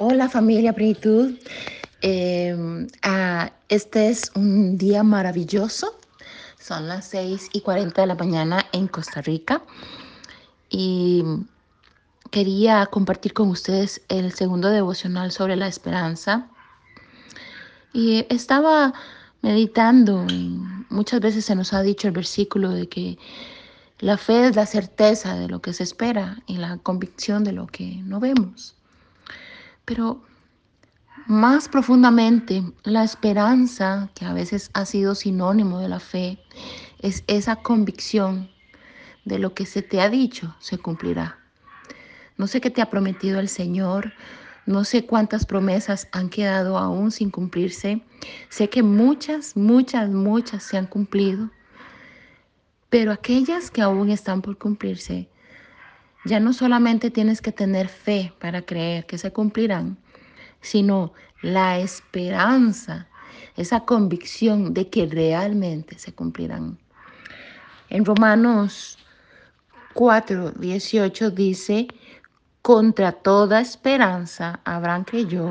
Hola familia Plenitud. Este es un día maravilloso. Son las 6:40 de la mañana en Costa Rica y quería compartir con ustedes el segundo devocional sobre la esperanza. Y estaba meditando en, muchas veces se nos ha dicho el versículo de que la fe es la certeza de lo que se espera y la convicción de lo que no vemos. Pero más profundamente, la esperanza, que a veces ha sido sinónimo de la fe, es esa convicción de lo que se te ha dicho se cumplirá. No sé qué te ha prometido el Señor, no sé cuántas promesas han quedado aún sin cumplirse. Sé que muchas se han cumplido, pero aquellas que aún están por cumplirse, ya no solamente tienes que tener fe para creer que se cumplirán, sino la esperanza, esa convicción de que realmente se cumplirán. En Romanos 4:18 dice: contra toda esperanza Abraham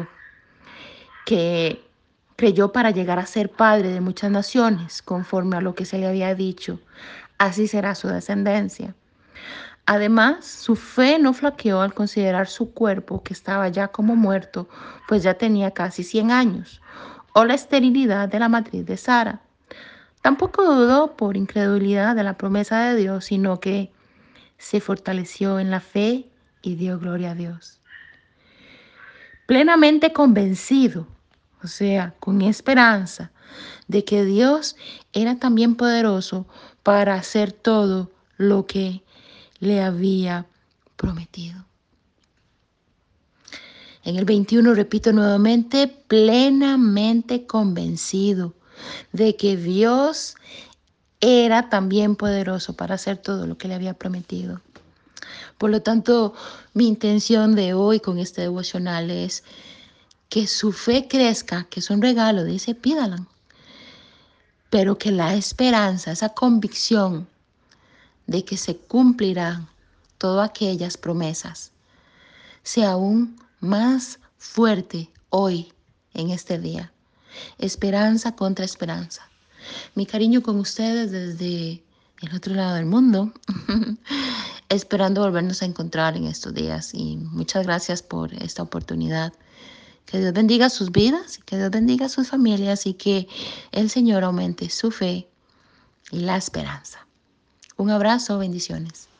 creyó para llegar a ser padre de muchas naciones, conforme a lo que se le había dicho, así será su descendencia. Además, su fe no flaqueó al considerar su cuerpo, que estaba ya como muerto, pues ya tenía casi 100 años, o la esterilidad de la matriz de Sara. Tampoco dudó por incredulidad de la promesa de Dios, sino que se fortaleció en la fe y dio gloria a Dios. Plenamente convencido, o sea, con esperanza de que Dios era también poderoso para hacer todo lo que le había prometido. En el 21 repito nuevamente, plenamente convencido de que Dios era también poderoso para hacer todo lo que le había prometido. Por lo tanto, mi intención de hoy con este devocional es que su fe crezca, que es un regalo, dice, pídala, pero que la esperanza, esa convicción de que se cumplirán todas aquellas promesas, sea aún más fuerte hoy, en este día. Esperanza contra esperanza. Mi cariño con ustedes desde el otro lado del mundo, esperando volvernos a encontrar en estos días. Y muchas gracias por esta oportunidad. Que Dios bendiga sus vidas, que Dios bendiga sus familias y que el Señor aumente su fe y la esperanza. Un abrazo, bendiciones.